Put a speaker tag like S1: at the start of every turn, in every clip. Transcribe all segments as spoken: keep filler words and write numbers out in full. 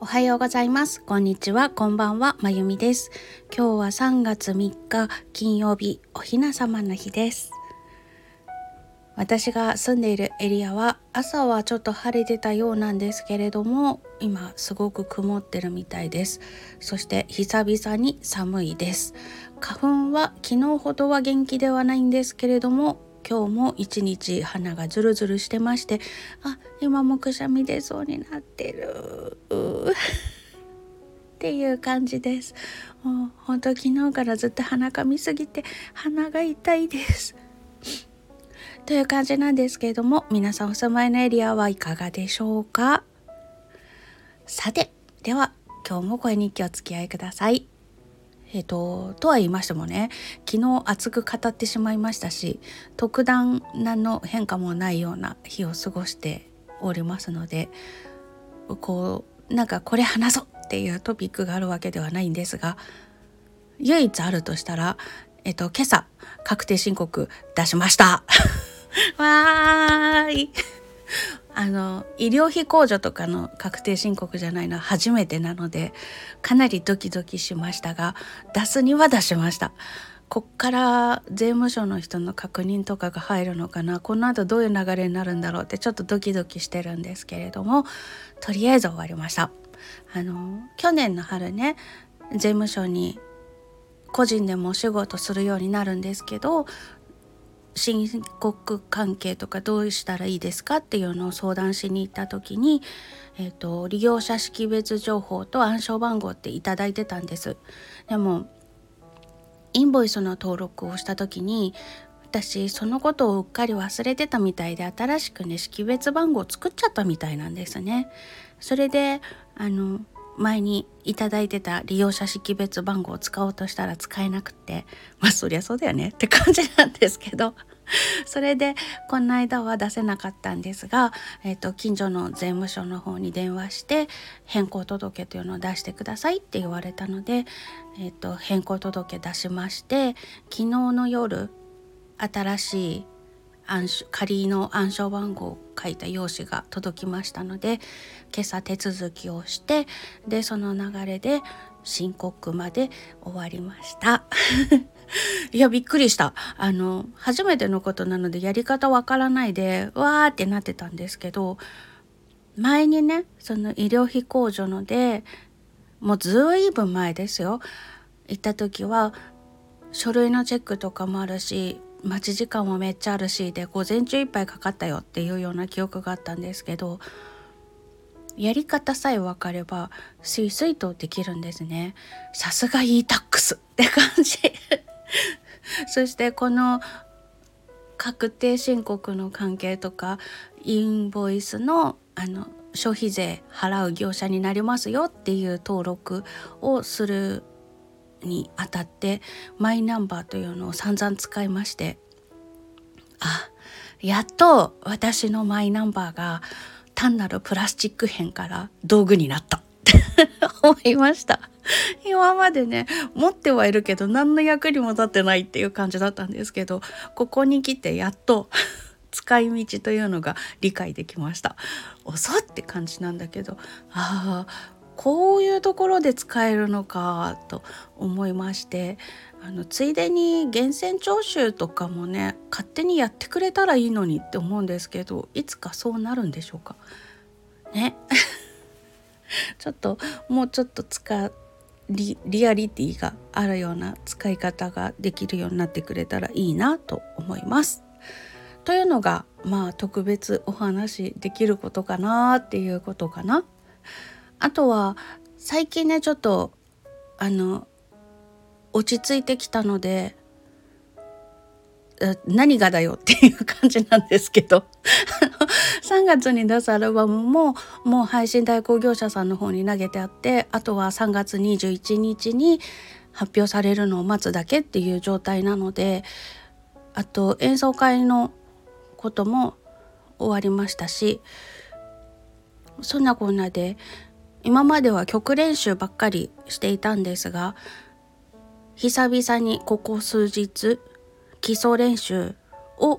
S1: おはようございます。こんにちは。こんばんは。まゆみです。今日はさんがつみっか金曜日、おひなさまの日です。私が住んでいるエリアは朝はちょっと晴れてたようなんですけれども、今すごく曇ってるみたいです。そして久々に寒いです。花粉は昨日ほどは元気ではないんですけれども、今日も一日鼻がズルズルしてまして、あ、今もくしゃみ出そうになってるっていう感じです。もう本当昨日からずっと鼻かみすぎて鼻が痛いですという感じなんですけれども、皆さんお住まいのエリアはいかがでしょうか。さて、では今日も声日記お付き合いください。えっと、とは言いましてもね、昨日熱く語ってしまいましたし、特段何の変化もないような日を過ごしておりますので、こうなんかこれ話そうっていうトピックがあるわけではないんですが、唯一あるとしたら、えっと今朝確定申告出しましたわーいあの医療費控除とかの確定申告じゃないのは初めてなので、かなりドキドキしましたが、出すには出しました。こっから税務署の人の確認とかが入るのかな、この後どういう流れになるんだろうってちょっとドキドキしてるんですけれども、とりあえず終わりました。あの去年の春ね、税務署に個人でもお仕事するようになるんですけど、申告関係とかどうしたらいいですかっていうのを相談しに行った時に、えーと、利用者識別情報と暗証番号っていただいてたんです。でもインボイスの登録をした時に、私そのことをうっかり忘れてたみたいで、新しくね識別番号を作っちゃったみたいなんですね。それであの前にいただいてた利用者識別番号を使おうとしたら使えなくて、まあそりゃそうだよねって感じなんですけどそれでこの間は出せなかったんですが、えーと、近所の税務署の方に電話して変更届というのを出してくださいって言われたので、えーと、変更届出しまして、昨日の夜新しい暗証仮の暗証番号を書いた用紙が届きましたので、今朝手続きをして、でその流れで申告まで終わりましたいやびっくりした。あの初めてのことなのでやり方わからないでわーってなってたんですけど、前にねその医療費控除のでもうずいぶん前ですよ、行った時は書類のチェックとかもあるし、待ち時間もめっちゃあるしで、午前中いっぱいかかったよっていうような記憶があったんですけど、やり方さえ分かればスイスイとできるんですね。さすが イータックス って感じそしてこの確定申告の関係とかインボイスのあの消費税払う業者になりますよっていう登録をするにあたって、マイナンバーというのを散々使いまして、あ、やっと私のマイナンバーが単なるプラスチック片から道具になったって思いました。今までね持ってはいるけど何の役にも立ってないっていう感じだったんですけど、ここに来てやっと使い道というのが理解できました。遅って感じなんだけど、ああこういうところで使えるのかと思いまして、あのついでに源泉徴収とかもね勝手にやってくれたらいいのにって思うんですけど、いつかそうなるんでしょうかねちょっともうちょっと使リ, リアリティがあるような使い方ができるようになってくれたらいいなと思います。というのがまあ特別お話できることかなっていうことかな。あとは最近ねちょっとあの落ち着いてきたので、何がだよっていう感じなんですけどさんがつに出すアルバムももう配信代行業者さんの方に投げてあって、あとはさんがつにじゅういちにちに発表されるのを待つだけっていう状態なので、あと演奏会のことも終わりましたし、そんなこんなで今までは曲練習ばっかりしていたんですが、久々にここ数日基礎練習を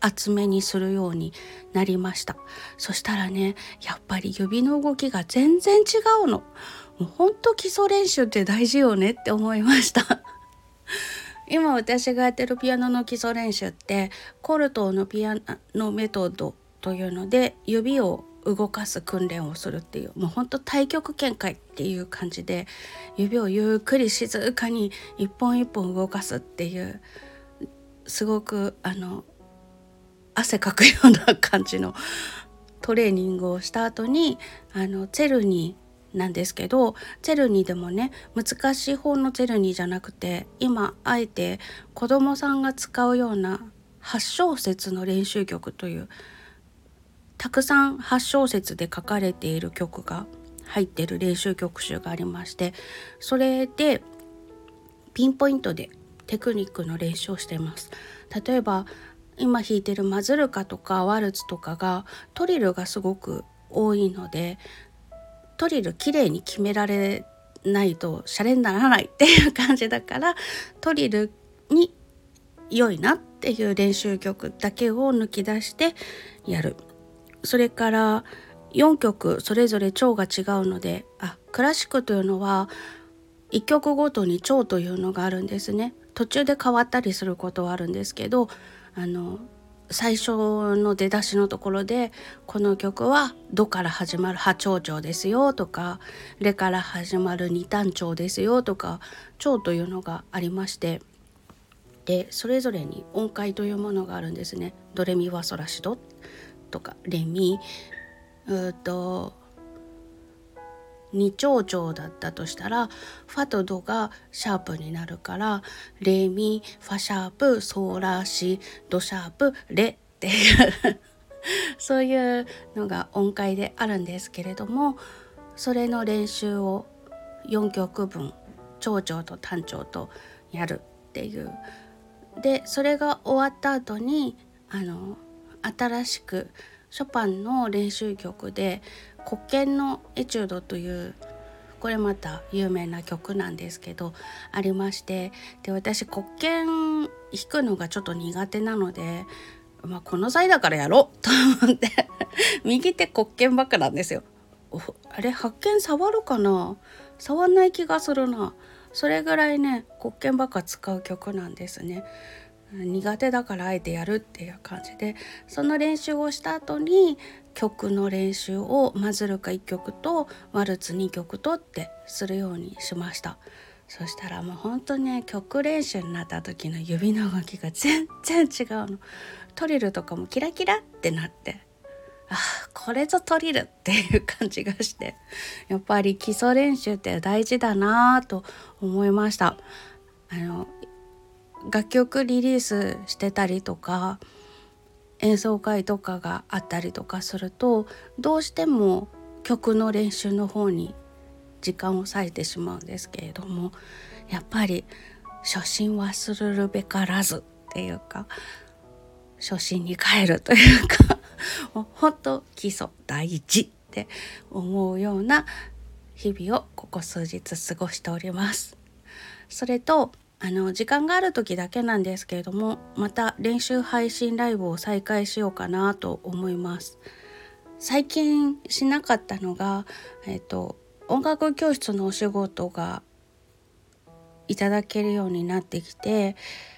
S1: 厚めにするようになりました。そしたらね、やっぱり指の動きが全然違うの。もうほんと基礎練習って大事よねって思いました今私がやってるピアノの基礎練習ってコルトーのピアノメソッドというので指を動かす訓練をするっていう、もうほんと太極拳会っていう感じで指をゆっくり静かに一本一本動かすっていう、すごくあの汗かくような感じのトレーニングをした後にあのチェルニーなんですけど、チェルニーでもね難しい方のチェルニーじゃなくて、今あえて子どもさんが使うようなはち小節の練習曲というたくさんはち小節で書かれている曲が入っている練習曲集がありまして、それでピンポイントでテクニックの練習をしています。例えば今弾いてるマズルカとかワルツとかがトリルがすごく多いので、トリルきれいに決められないとシャレにならないっていう感じだから、トリルに良いなっていう練習曲だけを抜き出してやる。それからよんきょくそれぞれ調が違うので、あクラシックというのはいっきょくごとに調というのがあるんですね。途中で変わったりすることはあるんですけど、あの最初の出だしのところでこの曲はドから始まるは長調ですよとか、レから始まるに短調ですよとか、調というのがありまして、でそれぞれに音階というものがあるんですね。ドレミファソラシドとかレミうーとに長調だったとしたらファとドがシャープになるから、レミファシャープソラシドシャープレっていうそういうのが音階であるんですけれども、それの練習をよんきょくぶん長調と短調とやるっていう。でそれが終わった後にあの新しくショパンの練習曲で黒鍵のエチュードという、これまた有名な曲なんですけどありまして、で私黒鍵弾くのがちょっと苦手なので、まあ、この際だからやろうと思って右手黒鍵ばっかなんですよ。あれ発見触るかな、触んない気がするな。それぐらいね黒鍵ばっか使う曲なんですね。苦手だからあえてやるっていう感じで、その練習をした後に曲の練習をマズルカいっきょくとワルツにきょくとってするようにしました。そしたらもうほんとね曲練習になった時の指の動きが全然違うの。トリルとかもキラキラってなって、あこれぞトリルっていう感じがして、やっぱり基礎練習って大事だなと思いました。あの楽曲リリースしてたりとか演奏会とかがあったりとかすると、どうしても曲の練習の方に時間を割いてしまうんですけれども、やっぱり初心忘るるべからずっていうか、初心に帰るというかもう本当基礎大事って思うような日々をここ数日過ごしております。それとあの時間がある時だけなんですけれども、また練習配信ライブを再開しようかなと思います。最近しなかったのが、えっと、音楽教室のお仕事がいただけるようになってきて、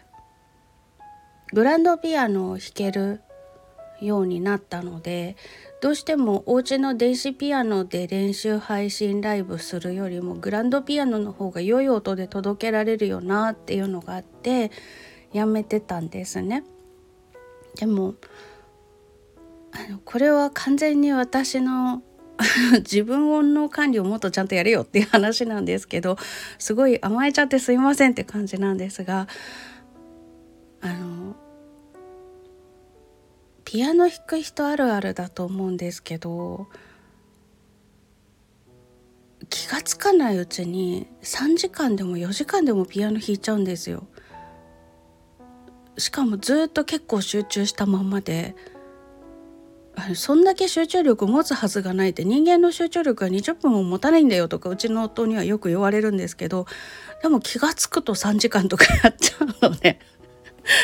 S1: グランドピアノを弾けるようになったので、どうしてもお家の電子ピアノで練習配信ライブするよりもグランドピアノの方が良い音で届けられるよなっていうのがあってやめてたんですね。でもあのこれは完全に私の自分音の管理をもっとちゃんとやれよっていう話なんですけど、すごい甘えちゃってすいませんって感じなんですが、あのピアノ弾く人あるあるだと思うんですけど、気がつかないうちにさんじかんでもよじかんでもピアノ弾いちゃうんですよ。しかもずっと結構集中したまんまで、そんだけ集中力持つはずがないって、人間の集中力はにじゅっぷんも持たないんだよとかうちの夫にはよく言われるんですけど、でも気がつくとさんじかんとかやっちゃうので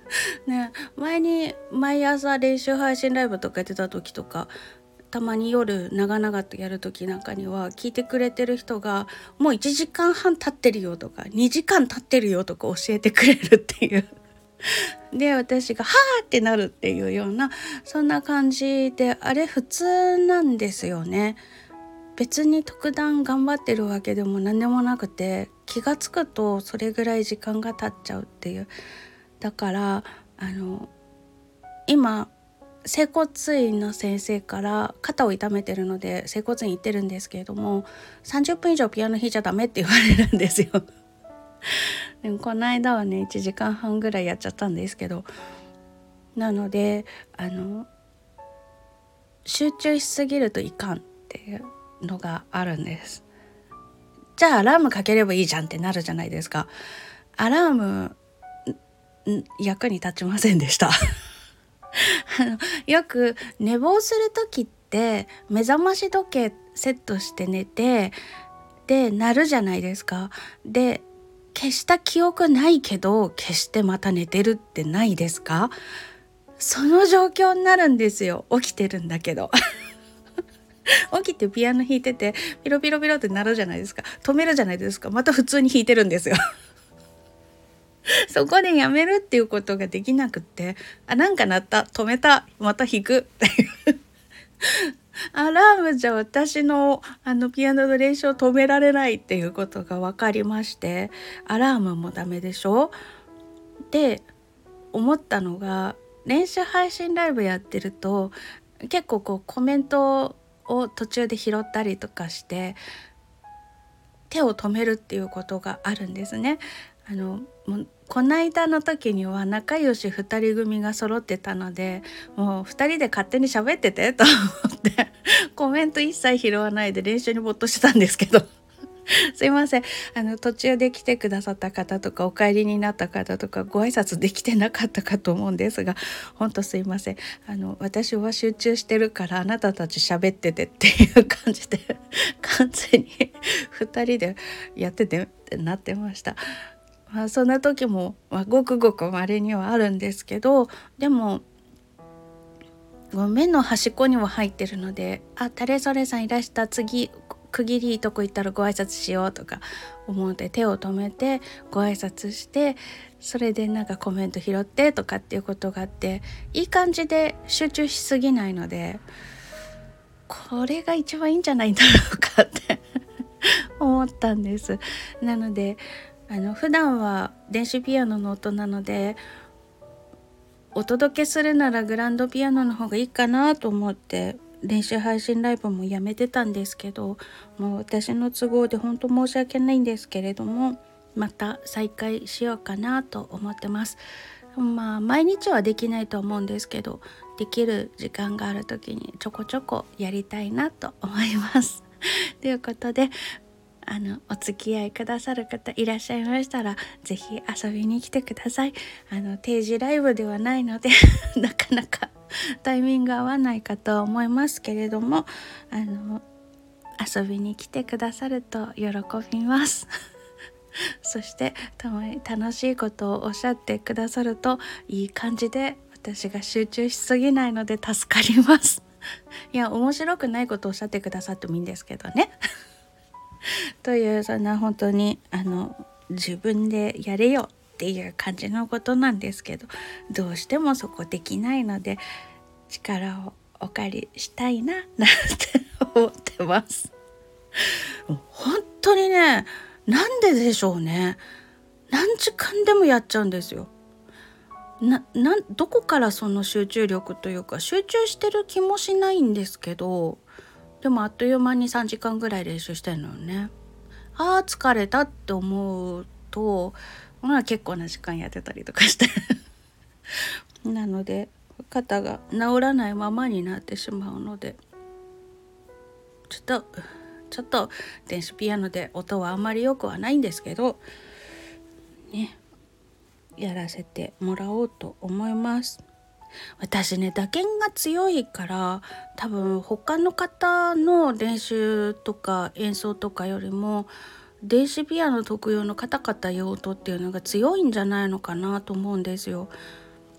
S1: ね、前に毎朝練習配信ライブとかやってた時とか、たまに夜長々とやる時なんかには聞いてくれてる人がもういちじかんはん経ってるよとかにじかん経ってるよとか教えてくれるっていうで私がはーってなるっていうようなそんな感じで、あれ普通なんですよね。別に特段頑張ってるわけでも何でもなくて、気がつくとそれぐらい時間が経っちゃうっていう。だからあの今整骨院の先生から肩を痛めてるので整骨院行ってるんですけれども、さんじゅっぷん以上ピアノ弾いちゃダメって言われるんですよでもこの間はねいちじかんはんぐらいやっちゃったんですけど、なのであの集中しすぎるといかんっていうのがあるんです。じゃあアラームかければいいじゃんってなるじゃないですか。アラーム役に立ちませんでしたあのよく寝坊する時って目覚まし時計セットして寝て、で鳴るじゃないですか。で消した記憶ないけど消してまた寝てるってないですか？その状況になるんですよ。起きてるんだけど起きてピアノ弾いててピロピロピロって鳴るじゃないですか。止めるじゃないですか。また普通に弾いてるんですよそこでやめるっていうことができなくって、あ、なんか鳴った、止めた、また弾くっていうアラームじゃ私のあのピアノの練習を止められないっていうことが分かりまして、アラームもダメでしょで思ったのが、練習配信ライブやってると結構こうコメントを途中で拾ったりとかして手を止めるっていうことがあるんですね。あのもうこないだの時には仲良しふたり組が揃ってたので、もうふたりで勝手に喋っててと思ってコメント一切拾わないで練習に没頭してたんですけどすいません、あの途中で来てくださった方とかお帰りになった方とかご挨拶できてなかったかと思うんですが、本当すいません。あの私は集中してるからあなたたち喋っててっていう感じで完全にふたりでやっててってなってました。まあ、そんな時も、まあ、ごくごく稀にはあるんですけど、でも目の端っこには入ってるので、あ、誰それさんいらした、次区切りいいとこ行ったらご挨拶しようとか思って手を止めてご挨拶して、それでなんかコメント拾ってとかっていうことがあって、いい感じで集中しすぎないので、これが一番いいんじゃないんだろうかって思ったんです。なのであの普段は電子ピアノの音なので、お届けするならグランドピアノの方がいいかなと思って練習配信ライブもやめてたんですけど、もう私の都合で本当申し訳ないんですけれども、また再開しようかなと思ってます。まあ毎日はできないと思うんですけど、できる時間がある時にちょこちょこやりたいなと思いますということで、あのお付き合いくださる方いらっしゃいましたらぜひ遊びに来てください。あの定時ライブではないのでなかなかタイミング合わないかと思いますけれども、あの遊びに来てくださると喜びますそしてたまに楽しいことをおっしゃってくださるといい感じで私が集中しすぎないので助かりますいや面白くないことをおっしゃってくださってもいいんですけどねという、そんな本当にあの自分でやれよっていう感じのことなんですけど、どうしてもそこできないので力をお借りしたいななんて思ってます本当にね、なんででしょうね、何時間でもやっちゃうんですよ。ななどこからその集中力というか、集中してる気もしないんですけど、でもあっという間にさんじかんぐらい練習してるのよね。あー疲れたって思うと、まあ、結構な時間やってたりとかしてなので肩が治らないままになってしまうので、ちょっとちょっと電子ピアノで音はあんまり良くはないんですけどね、やらせてもらおうと思います。私ね、打鍵が強いから多分他の方の練習とか演奏とかよりも電子ピアノ特有のカタカタいう音っていうのが強いんじゃないのかなと思うんですよ。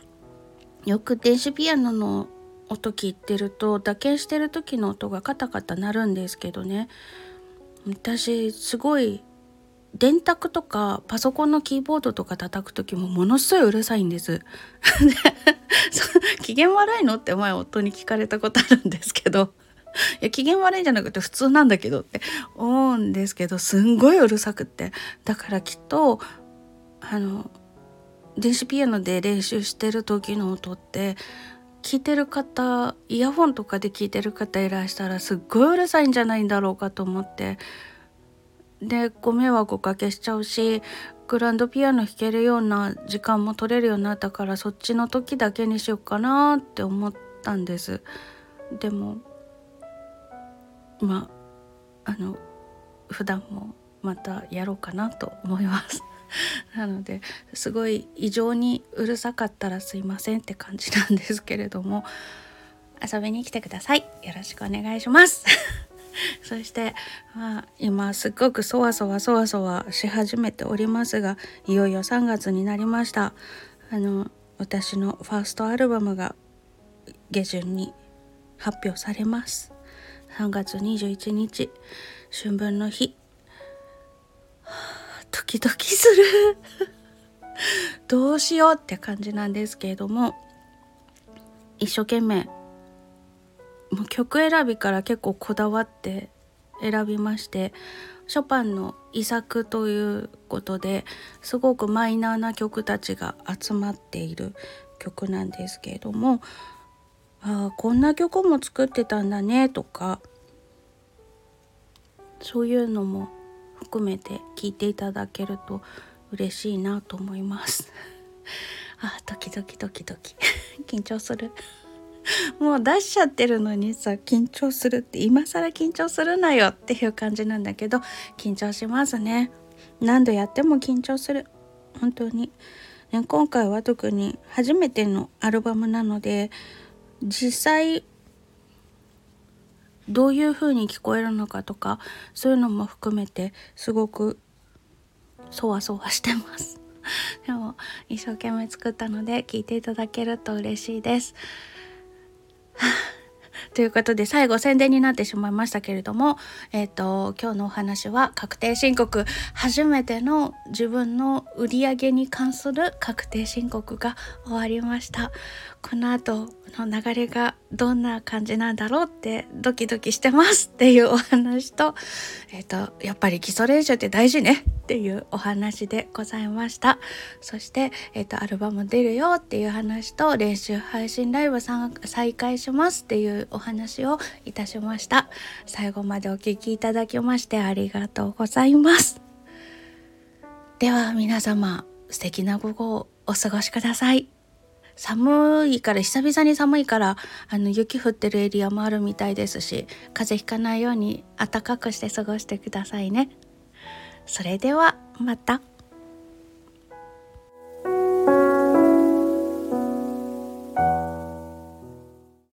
S1: よく電子ピアノの音聞いてると打鍵してる時の音がカタカタ鳴るんですけどね、私すごい電卓とかパソコンのキーボードとか叩く時もものすごいうるさいんですで機嫌悪いのって前夫に聞かれたことあるんですけどいや機嫌悪いんじゃなくて普通なんだけどって思うんですけど、すんごいうるさくって、だからきっとあの電子ピアノで練習してる時の音って聞いてる方、イヤホンとかで聞いてる方いらしたらすっごいうるさいんじゃないんだろうかと思って、でご迷惑おかけしちゃうし、グランドピアノ弾けるような時間も取れるようになったから、そっちの時だけにしようかなって思ったんです。でもまああの普段もまたやろうかなと思いますなのですごい異常にうるさかったらすいませんって感じなんですけれども、遊びに来てください。よろしくお願いしますそして、まあ、今すっごくそわそわそわそわし始めておりますが、いよいよさんがつになりました。あの私のファーストアルバムが下旬に発表されます。さんがつにじゅういちにち、春分の日。ドキドキするどうしようって感じなんですけれども、一生懸命もう曲選びから結構こだわって選びまして、ショパンの遺作ということですごくマイナーな曲たちが集まっている曲なんですけれども、ああこんな曲も作ってたんだねとか、そういうのも含めて聴いていただけると嬉しいなと思いますあドキドキドキドキ緊張するもう出しちゃってるのにさ、緊張するって今更緊張するなよっていう感じなんだけど、緊張しますね。何度やっても緊張する、本当に、ね、今回は特に初めてのアルバムなので、実際どういう風に聞こえるのかとか、そういうのも含めてすごくそわそわしてますでも一生懸命作ったので聞いていただけると嬉しいですということで最後宣伝になってしまいましたけれども、えーと、今日のお話は確定申告、初めての自分の売り上げに関する確定申告が終わりました。この後の流れがどんな感じなんだろうってドキドキしてますっていうお話と、えーと、やっぱり基礎練習って大事ねっていうお話でございました。そして、えーと、アルバム出るよっていう話と、練習配信ライブ再開しますっていうお話をいたしました。最後までお聞きいただきましてありがとうございます。では皆様、素敵な午後をお過ごしください。寒いから、久々に寒いからあの雪降ってるエリアもあるみたいですし、風邪ひかないように暖かくして過ごしてくださいね。それではまた。